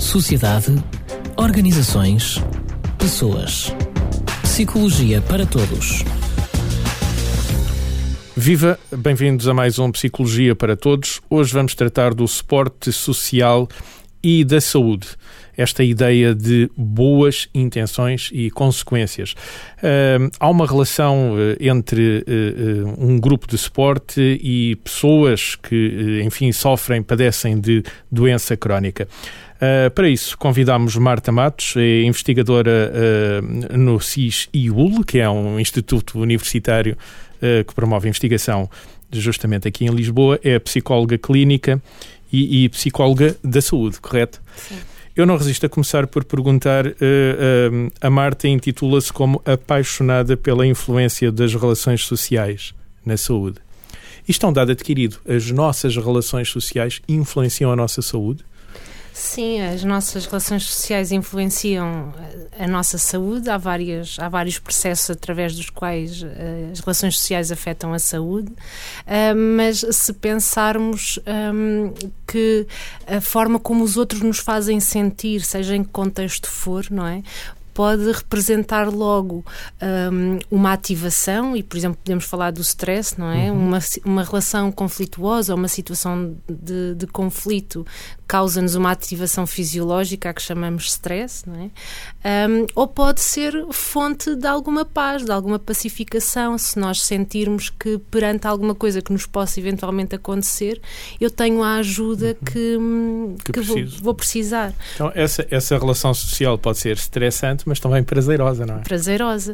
sociedade, organizações, pessoas. Psicologia para todos. Viva! Bem-vindos a mais um Psicologia para Todos. Hoje vamos tratar do suporte social e da saúde. Esta ideia de boas intenções e consequências. Há uma relação entre um grupo de suporte e pessoas que, enfim, padecem de doença crónica. Para isso, convidámos Marta Matos, é investigadora no CIS-IUL, que é um instituto universitário que promove investigação justamente aqui em Lisboa. É psicóloga clínica e psicóloga da saúde, correto? Sim. Eu não resisto a começar por perguntar, a Marta intitula-se como apaixonada pela influência das relações sociais na saúde. Isto é um dado adquirido. As nossas relações sociais influenciam a nossa saúde? Sim, as nossas relações sociais influenciam a nossa saúde. Há vários processos através dos quais as relações sociais afetam a saúde, mas se pensarmos que a forma como os outros nos fazem sentir, seja em que contexto for, não é? Pode representar logo uma ativação e, por exemplo, podemos falar do stress, não é? Uma relação conflituosa, uma situação de conflito causa-nos uma ativação fisiológica, a que chamamos stress, não é? Ou pode ser fonte de alguma paz, de alguma pacificação, se nós sentirmos que perante alguma coisa que nos possa eventualmente acontecer, eu tenho a ajuda que vou precisar. Então, essa relação social pode ser estressante, mas também prazerosa, não é? Prazerosa.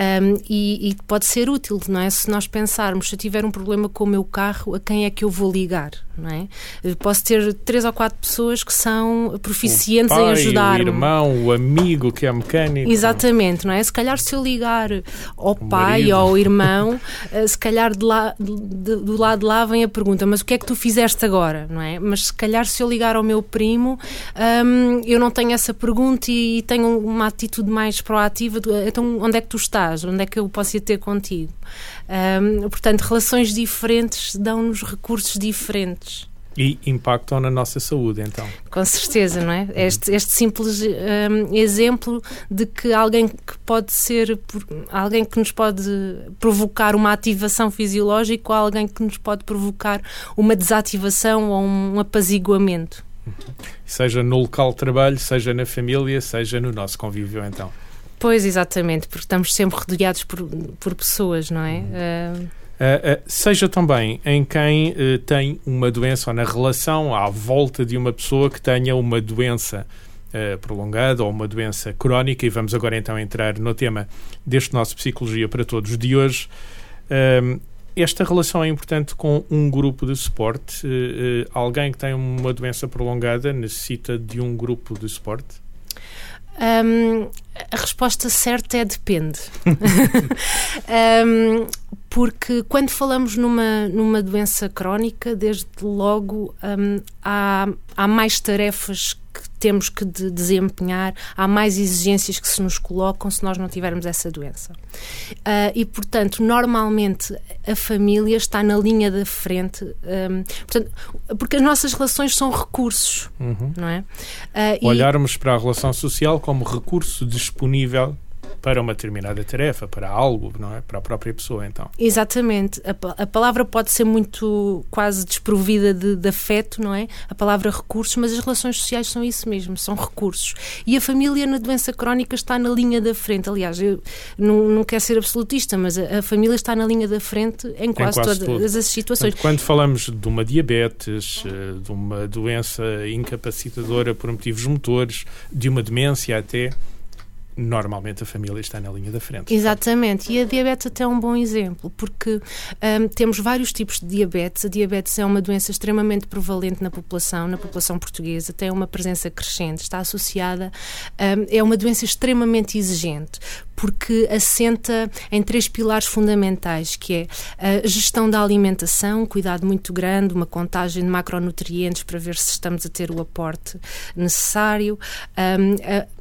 E pode ser útil, não é? Se nós pensarmos, se eu tiver um problema com o meu carro, a quem é que eu vou ligar, não é? Eu posso ter 3 ou 4 pessoas que são proficientes em ajudar-me. O irmão, o amigo que é mecânico. Exatamente, não é? Se calhar se eu ligar ao pai ou ao irmão, se calhar do lado de lá vem a pergunta, mas o que é que tu fizeste agora, não é? Mas se calhar se eu ligar ao meu primo, eu não tenho essa pergunta e tenho uma atitude mais proativa. Então, onde é que tu estás? Onde é que eu posso ir ter contigo? Portanto, relações diferentes dão-nos recursos diferentes. E impactam na nossa saúde, então. Com certeza, não é? Este simples exemplo de que alguém que pode ser alguém que nos pode provocar uma ativação fisiológica ou alguém que nos pode provocar uma desativação ou um apaziguamento. Seja no local de trabalho, seja na família, seja no nosso convívio, então. Pois, exatamente, porque estamos sempre rodeados por pessoas, não é? Seja também em quem tem uma doença ou na relação à volta de uma pessoa que tenha uma doença prolongada ou uma doença crónica, e vamos agora então entrar no tema deste nosso Psicologia para Todos de hoje. Esta relação é importante com um grupo de suporte. Alguém que tem uma doença prolongada necessita de um grupo de suporte? A resposta certa é depende. Porque quando falamos numa doença crónica, desde logo há mais tarefas que temos que desempenhar, há mais exigências que se nos colocam se nós não tivermos essa doença. E, portanto, normalmente a família está na linha da frente, porque as nossas relações são recursos, não é? Olharmos para a relação social como recurso disponível para uma determinada tarefa, para algo, não é? Para a própria pessoa, então. Exatamente. A palavra pode ser muito quase desprovida de afeto, não é? A palavra recursos, mas as relações sociais são isso mesmo, são recursos. E a família na doença crónica está na linha da frente. Aliás, eu não quero ser absolutista, mas a família está na linha da frente em quase todas as situações. Portanto, quando falamos de uma diabetes, de uma doença incapacitadora por motivos motores, de uma demência até, normalmente a família está na linha da frente. Exatamente, e a diabetes até é um bom exemplo, porque temos vários tipos de diabetes. A diabetes é uma doença extremamente prevalente na população portuguesa, tem uma presença crescente, está associada, é uma doença extremamente exigente, porque assenta em 3 pilares fundamentais, que é a gestão da alimentação, um cuidado muito grande, uma contagem de macronutrientes para ver se estamos a ter o aporte necessário,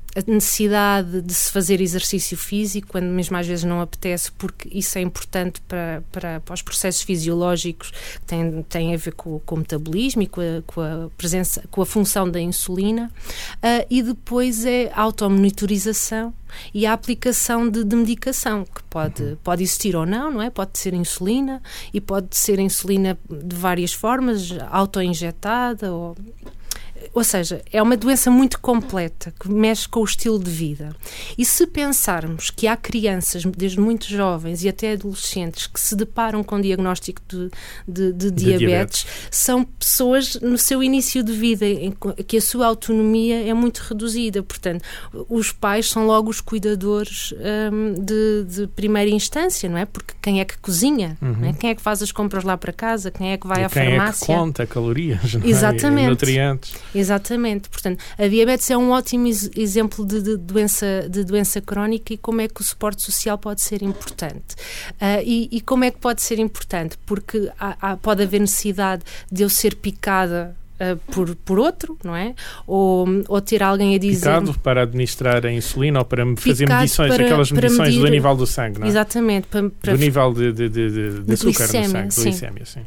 a necessidade de se fazer exercício físico, quando mesmo às vezes não apetece, porque isso é importante para os processos fisiológicos que têm a ver com o metabolismo e com a função da insulina, e depois é a automonitorização e a aplicação de medicação, que pode existir ou não é? Pode ser insulina, e pode ser insulina de várias formas, auto-injetada, ou seja, é uma doença muito completa, que mexe com o estilo de vida. E se pensarmos que há crianças, desde muito jovens e até adolescentes, que se deparam com diagnóstico de diabetes, são pessoas no seu início de vida, em que a sua autonomia é muito reduzida. Portanto, os pais são logo os cuidadores de primeira instância, não é? Porque quem é que cozinha? Não é? Quem é que faz as compras lá para casa? Quem é que vai à farmácia? Quem é que conta calorias? Exatamente. E nutrientes? Exatamente. Portanto, a diabetes é um ótimo exemplo de doença crónica, e como é que o suporte social pode ser importante. E como é que pode ser importante? Porque pode haver necessidade de eu ser picada por outro, não é? Ou ter alguém a dizer... Picado para administrar a insulina ou para fazer medições, aquelas medições do nível do sangue, não é? Exatamente. Do nível de açúcar no sangue, de glicémia, sim.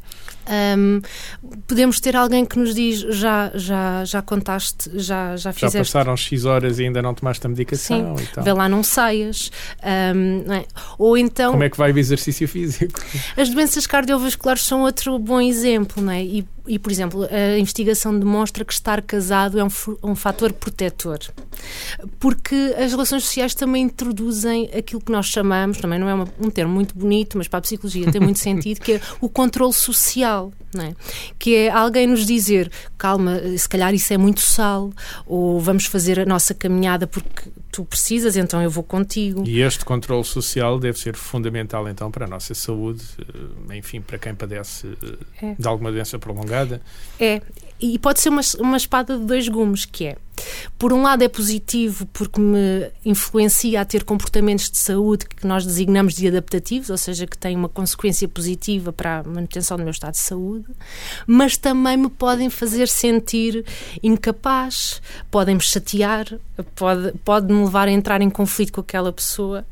Podemos ter alguém que nos diz já contaste, já fizeste... Já passaram X horas e ainda não tomaste a medicação. Sim, e tal. vê lá, não saias. Não é? Ou então... Como é que vai o exercício físico? As doenças cardiovasculares são outro bom exemplo, não é? E, por exemplo, a investigação demonstra que estar casado é um fator protetor. Porque as relações sociais também introduzem aquilo que nós chamamos, também não é um termo muito bonito, mas para a psicologia tem muito sentido, que é o controle social. Não é? Que é alguém nos dizer, calma, se calhar isso é muito sal, ou vamos fazer a nossa caminhada porque tu precisas, então eu vou contigo. E este controle social deve ser fundamental então para a nossa saúde, enfim, para quem padece de alguma doença prolongada. E pode ser uma espada de dois gumes, que é, por um lado é positivo porque me influencia a ter comportamentos de saúde que nós designamos de adaptativos, ou seja, que têm uma consequência positiva para a manutenção do meu estado de saúde, mas também me podem fazer sentir incapaz, podem-me chatear, pode-me levar a entrar em conflito com aquela pessoa.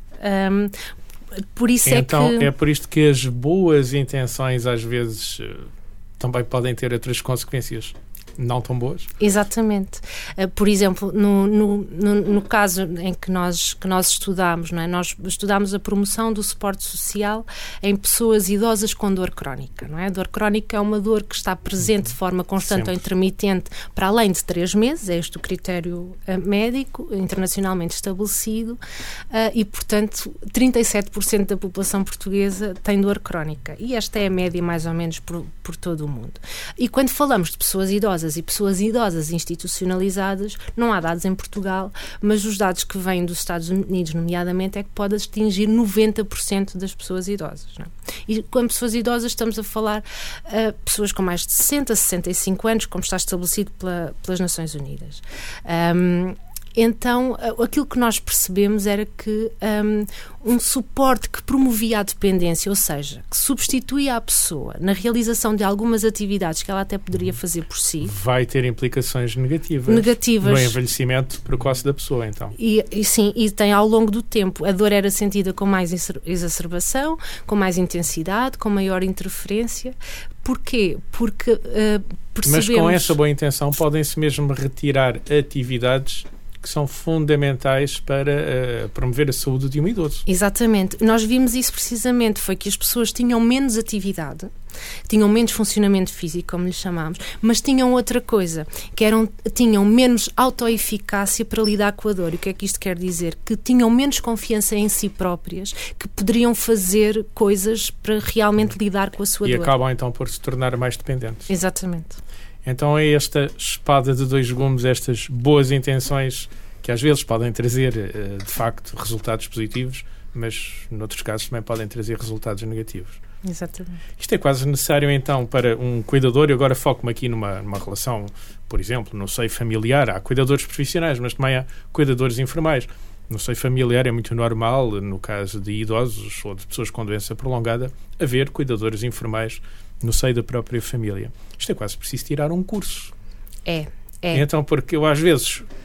Por isso então, é por isto que as boas intenções às vezes também podem ter outras consequências não tão boas? Exatamente. Por exemplo, no caso em que nós estudamos, não é? Nós estudamos a promoção do suporte social em pessoas idosas com dor crónica, não é? A dor crónica é uma dor que está presente de forma constante ou intermitente para além de 3 meses, é este o critério médico internacionalmente estabelecido, e, portanto, 37% da população portuguesa tem dor crónica, e esta é a média mais ou menos por todo o mundo. E quando falamos de pessoas idosas e pessoas idosas institucionalizadas, não há dados em Portugal, mas os dados que vêm dos Estados Unidos, nomeadamente, é que pode atingir 90% das pessoas idosas. Não é? E com pessoas idosas estamos a falar pessoas com mais de 60, 65 anos, como está estabelecido pelas Nações Unidas. Então, aquilo que nós percebemos era que um suporte que promovia a dependência, ou seja, que substituía a pessoa na realização de algumas atividades que ela até poderia fazer por si, vai ter implicações negativas no envelhecimento precoce da pessoa, então. Sim, e tem ao longo do tempo. A dor era sentida com mais exacerbação, com mais intensidade, com maior interferência. Porquê? Porque percebemos... Mas com essa boa intenção podem-se mesmo retirar atividades que são fundamentais para promover a saúde de um idoso. Exatamente. Nós vimos isso precisamente, foi que as pessoas tinham menos atividade, tinham menos funcionamento físico, como lhe chamámos, mas tinham outra coisa, que tinham menos autoeficácia para lidar com a dor. E o que é que isto quer dizer? Que tinham menos confiança em si próprias, que poderiam fazer coisas para realmente lidar com a sua dor. E acabam então por se tornar mais dependentes. Exatamente. Então é esta espada de dois gumes, estas boas intenções que às vezes podem trazer, de facto, resultados positivos, mas noutros casos também podem trazer resultados negativos. Exatamente. Isto é quase necessário então para um cuidador, e agora foco-me aqui numa relação, por exemplo, no seio familiar. Há cuidadores profissionais, mas também há cuidadores informais. No seio familiar é muito normal, no caso de idosos ou de pessoas com doença prolongada, haver cuidadores informais no seio da própria família. Isto é quase preciso tirar um curso. É. Então, porque eu às vezes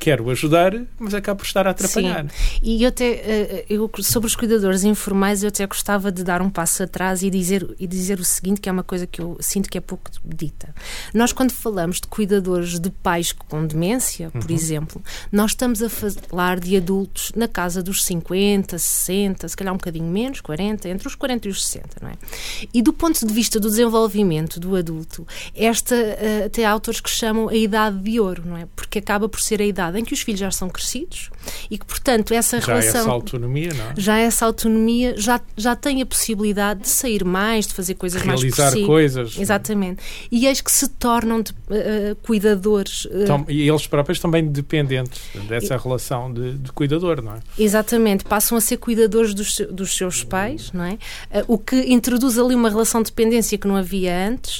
quero ajudar, mas acabo por estar a atrapalhar. Sim. E eu sobre os cuidadores informais, eu até gostava de dar um passo atrás e dizer o seguinte, que é uma coisa que eu sinto que é pouco dita. Nós, quando falamos de cuidadores de pais com demência, por exemplo, nós estamos a falar de adultos na casa dos 50, 60, se calhar um bocadinho menos, 40, entre os 40 e os 60, não é? E do ponto de vista do desenvolvimento do adulto, até há autores que chamam a idade de ouro, não é? Porque acaba por ser a idade em que os filhos já são crescidos e que, portanto, essa relação... Já essa autonomia, não é? Já essa autonomia, já tem a possibilidade de sair mais, de fazer coisas mais por si. Realizar coisas. Exatamente. E eis que se tornam cuidadores. E eles próprios também dependentes dessa relação de cuidador, não é? Exatamente. Passam a ser cuidadores dos seus pais, não é? O que introduz ali uma relação de dependência que não havia antes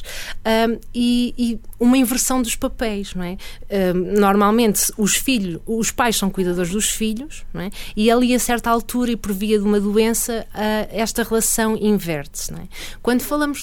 e uma inversão dos papéis, não é? Normalmente os pais são cuidadores dos filhos, não é? E ali a certa altura e por via de uma doença esta relação inverte-se, não é? Quando falamos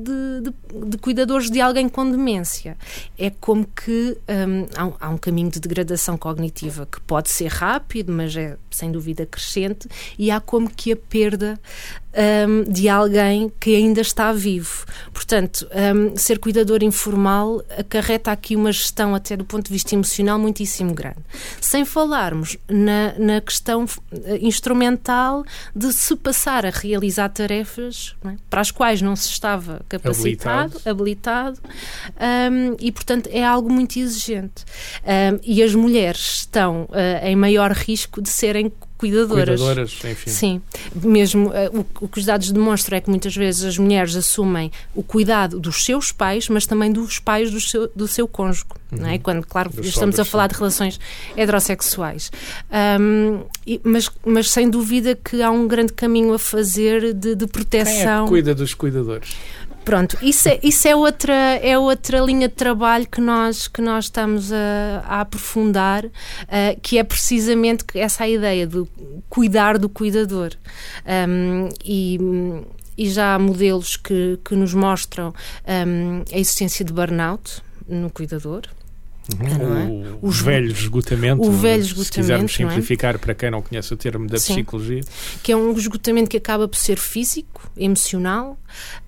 de cuidadores de alguém com demência, é como que há um caminho de degradação cognitiva que pode ser rápido, mas é sem dúvida crescente, e há como que a perda de alguém que ainda está vivo. Portanto, ser cuidador informal acarreta aqui uma gestão, até do ponto de vista emocional, muitíssimo grande. Sem falarmos na questão instrumental de se passar a realizar tarefas, não é? Para as quais não se estava capacitado, habilitado e, portanto, é algo muito exigente. E as mulheres estão em maior risco de serem cuidadoras, enfim. Sim, mesmo o que os dados demonstram é que muitas vezes as mulheres assumem o cuidado dos seus pais, mas também dos pais do seu cônjuge, não é? Quando, claro, estamos a falar de relações heterossexuais. Mas sem dúvida que há um grande caminho a fazer de proteção. Quem é que cuida dos cuidadores? Pronto, isso é outra linha de trabalho que nós estamos a aprofundar, que é precisamente essa a ideia de cuidar do cuidador. E já há modelos que nos mostram a existência de burnout no cuidador. O velho esgotamento, se quisermos simplificar, é? Para quem não conhece o termo da psicologia. Que é um esgotamento que acaba por ser físico, emocional,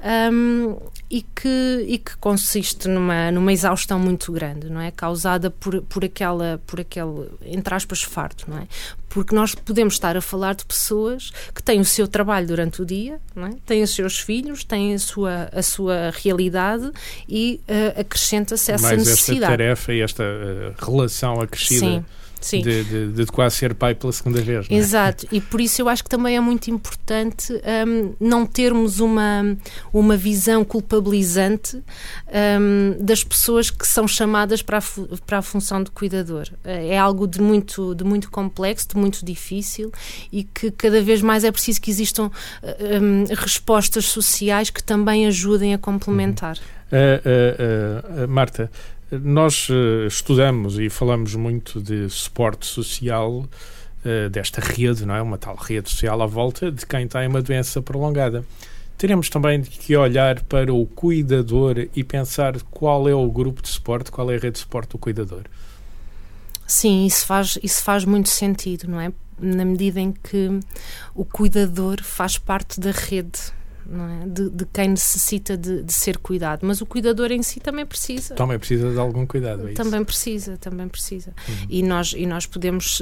e que consiste numa exaustão muito grande, não é? Causada por aquele, entre aspas, fardo, não é? Porque nós podemos estar a falar de pessoas que têm o seu trabalho durante o dia, não é? Têm os seus filhos, têm a sua realidade e acrescenta-se essa necessidade. Esta tarefa e esta relação acrescida. Sim. De quase ser pai pela segunda vez, não é? Exato, e por isso eu acho que também é muito importante não termos uma visão culpabilizante das pessoas que são chamadas para a função de cuidador. É algo de muito complexo, de muito difícil e que cada vez mais é preciso que existam respostas sociais que também ajudem a complementar. Marta, nós estudamos e falamos muito de suporte social, desta rede, não é? Uma tal rede social à volta de quem tem uma doença prolongada. Teremos também que olhar para o cuidador e pensar qual é o grupo de suporte, qual é a rede de suporte do cuidador. Sim, isso faz muito sentido, não é? Na medida em que o cuidador faz parte da rede, não é? De quem necessita de ser cuidado, mas o cuidador em si também precisa. Também precisa de algum cuidado, é isso? Também precisa. E nós podemos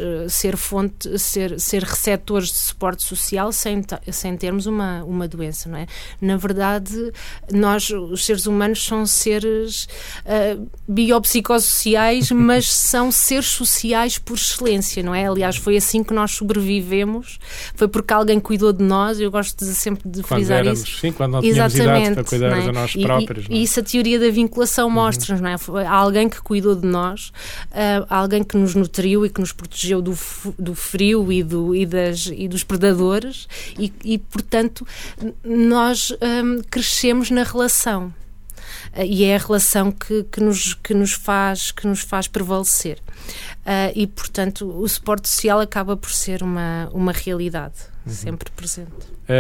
ser receptores de suporte social sem termos uma doença, não é? Na verdade, nós, os seres humanos, são seres biopsicossociais, mas são seres sociais por excelência, não é? Aliás, foi assim que nós sobrevivemos, foi porque alguém cuidou de nós. Eu gosto sempre de frisar isso. Sim, quando não tínhamos idade para cuidar de nós próprios. E isso a teoria da vinculação mostra, não é? Foi alguém que cuidou de nós, alguém que nos nutriu e que nos protegeu do frio e dos predadores e portanto, nós crescemos na relação. E é a relação que nos faz prevalecer. E, portanto, o suporte social acaba por ser uma realidade sempre presente.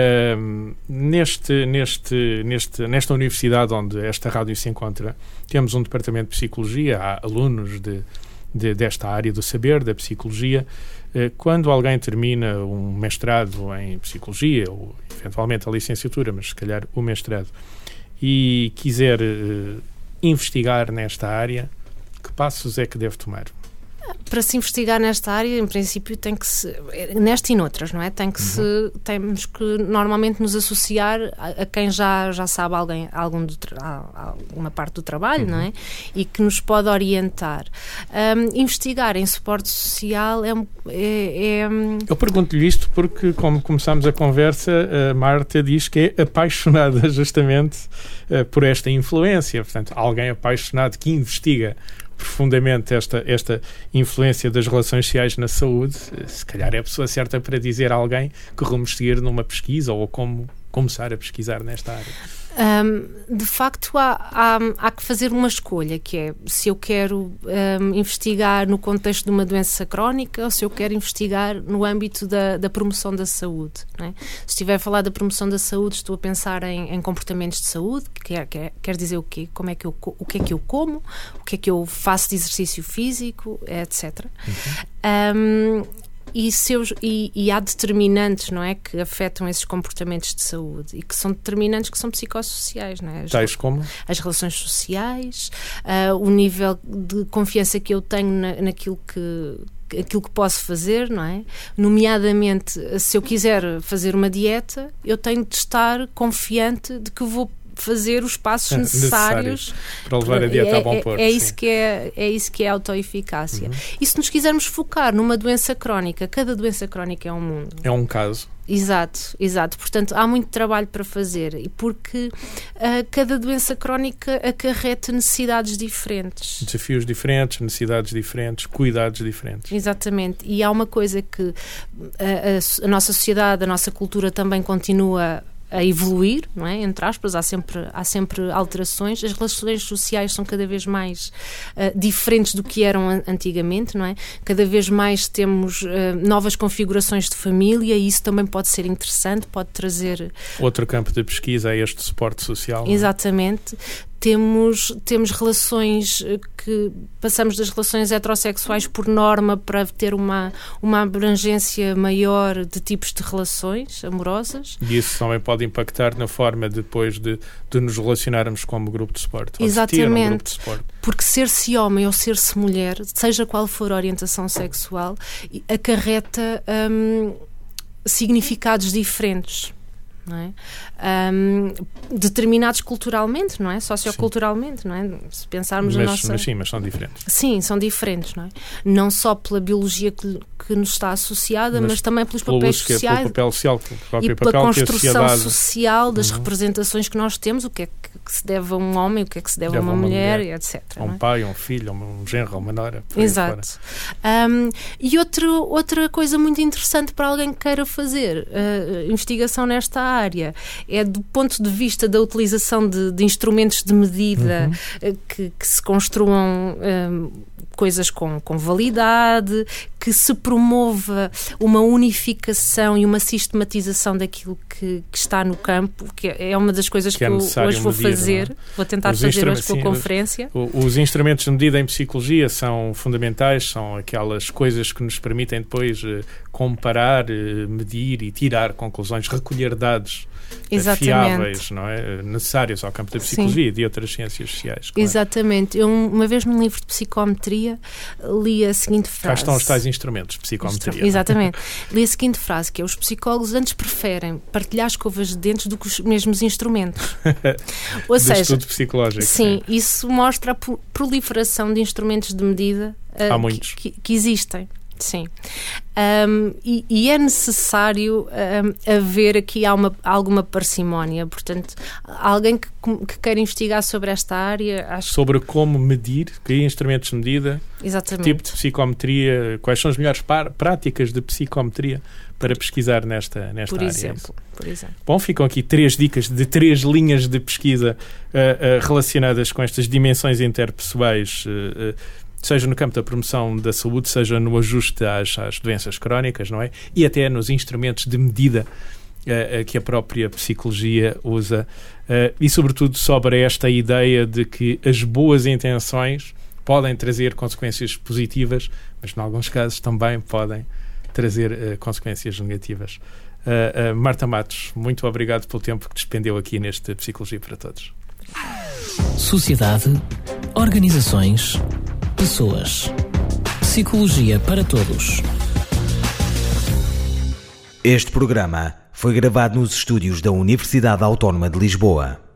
Nesta universidade onde esta rádio se encontra, temos um departamento de psicologia, há alunos de desta área do saber, da psicologia. Quando alguém termina um mestrado em psicologia, ou eventualmente a licenciatura, mas se calhar o mestrado, e quiser investigar nesta área, que passos é que deve tomar? Para se investigar nesta área, em princípio, tem que se, nesta e noutras, não é? Temos que normalmente nos associar a quem já sabe alguma parte do trabalho, não é? E que nos pode orientar. Investigar em suporte social Eu pergunto-lhe isto porque, como começámos a conversa, a Marta diz que é apaixonada justamente por esta influência. Portanto, alguém apaixonado que investiga profundamente esta influência das relações sociais na saúde, se calhar é a pessoa certa para dizer a alguém que rumo seguir numa pesquisa ou como começar a pesquisar nesta área. De facto, há que fazer uma escolha, que é se eu quero investigar no contexto de uma doença crónica ou se eu quero investigar no âmbito da promoção da saúde, não é? Se estiver a falar da promoção da saúde, estou a pensar em comportamentos de saúde, que quer dizer o quê? O que é que eu como, o que é que eu faço de exercício físico, etc. E há determinantes, não é, que afetam esses comportamentos de saúde e que são determinantes que são psicossociais, não é? Tais como? As relações sociais, o nível de confiança que eu tenho naquilo que posso fazer, não é? Nomeadamente, se eu quiser fazer uma dieta, eu tenho de estar confiante de que vou fazer os passos necessários para levar a dieta a bom porto. É isso que é a autoeficácia. E se nos quisermos focar numa doença crónica, cada doença crónica é um mundo. É um caso. Exato. Portanto, há muito trabalho para fazer, e porque cada doença crónica acarreta necessidades diferentes. Desafios diferentes, necessidades diferentes, cuidados diferentes. Exatamente. E há uma coisa que a nossa sociedade, a nossa cultura também continua a evoluir, não é? Entre aspas, há sempre alterações. As relações sociais são cada vez mais diferentes do que eram antigamente, não é? Cada vez mais temos novas configurações de família, e isso também pode ser interessante, pode trazer... Outro campo de pesquisa é este suporte social. Exatamente. Temos relações que passamos das relações heterossexuais por norma para ter uma abrangência maior de tipos de relações amorosas. E isso também pode impactar na forma depois de nos relacionarmos como grupo de suporte. Exatamente. Grupo de suporte. Porque ser-se homem ou ser-se mulher, seja qual for a orientação sexual, acarreta significados diferentes. Não é? Determinados culturalmente, não é? Socioculturalmente, não é? Se pensarmos na nossa... Mas são diferentes. Sim, são diferentes, não é? Não só pela biologia que nos está associada, mas também pelos papéis sociais, pelo papel social, e pela construção social das representações que nós temos, o que é que se deve a um homem, o que é que se deve a uma mulher, etc. A um pai, a um filho, a um genro, a uma nora. Exato. E outra coisa muito interessante para alguém que queira fazer investigação nesta área é do ponto de vista da utilização de instrumentos de medida que se construam coisas com validade, que se promova uma unificação e uma sistematização daquilo que está no campo, que é uma das coisas que eu hoje vou fazer. Vou tentar fazer hoje com a conferência. Os instrumentos de medida em psicologia são fundamentais, são aquelas coisas que nos permitem depois comparar, medir e tirar conclusões, recolher dados fiáveis, não é? Necessários ao campo da psicologia e de outras ciências sociais. Claro. Exatamente. Eu, uma vez num livro de psicometria, li a seguinte frase. Cá estão os tais instrumentos de psicometria. Exatamente. Li a seguinte frase, que é: os psicólogos antes preferem partilhar escovas de dentes do que os mesmos instrumentos. Ou seja, estudo psicológico. Sim, isso mostra a proliferação de instrumentos de medida há muitos que existem. Sim. E é necessário haver aqui alguma parcimónia. Portanto, alguém que queira investigar sobre esta área... Sobre como medir, que instrumentos de medida, exatamente, que tipo de psicometria, quais são as melhores práticas de psicometria para pesquisar nesta área. Por exemplo. Bom, ficam aqui 3 dicas de 3 linhas de pesquisa relacionadas com estas dimensões interpessoais, seja no campo da promoção da saúde, seja no ajuste às doenças crónicas, não é? E até nos instrumentos de medida que a própria psicologia usa. E, sobretudo, sobre esta ideia de que as boas intenções podem trazer consequências positivas, mas em alguns casos também podem trazer consequências negativas. Marta Matos, muito obrigado pelo tempo que despendeu aqui neste Psicologia para Todos. Sociedade, organizações, pessoas. Psicologia para Todos. Este programa foi gravado nos estúdios da Universidade Autónoma de Lisboa.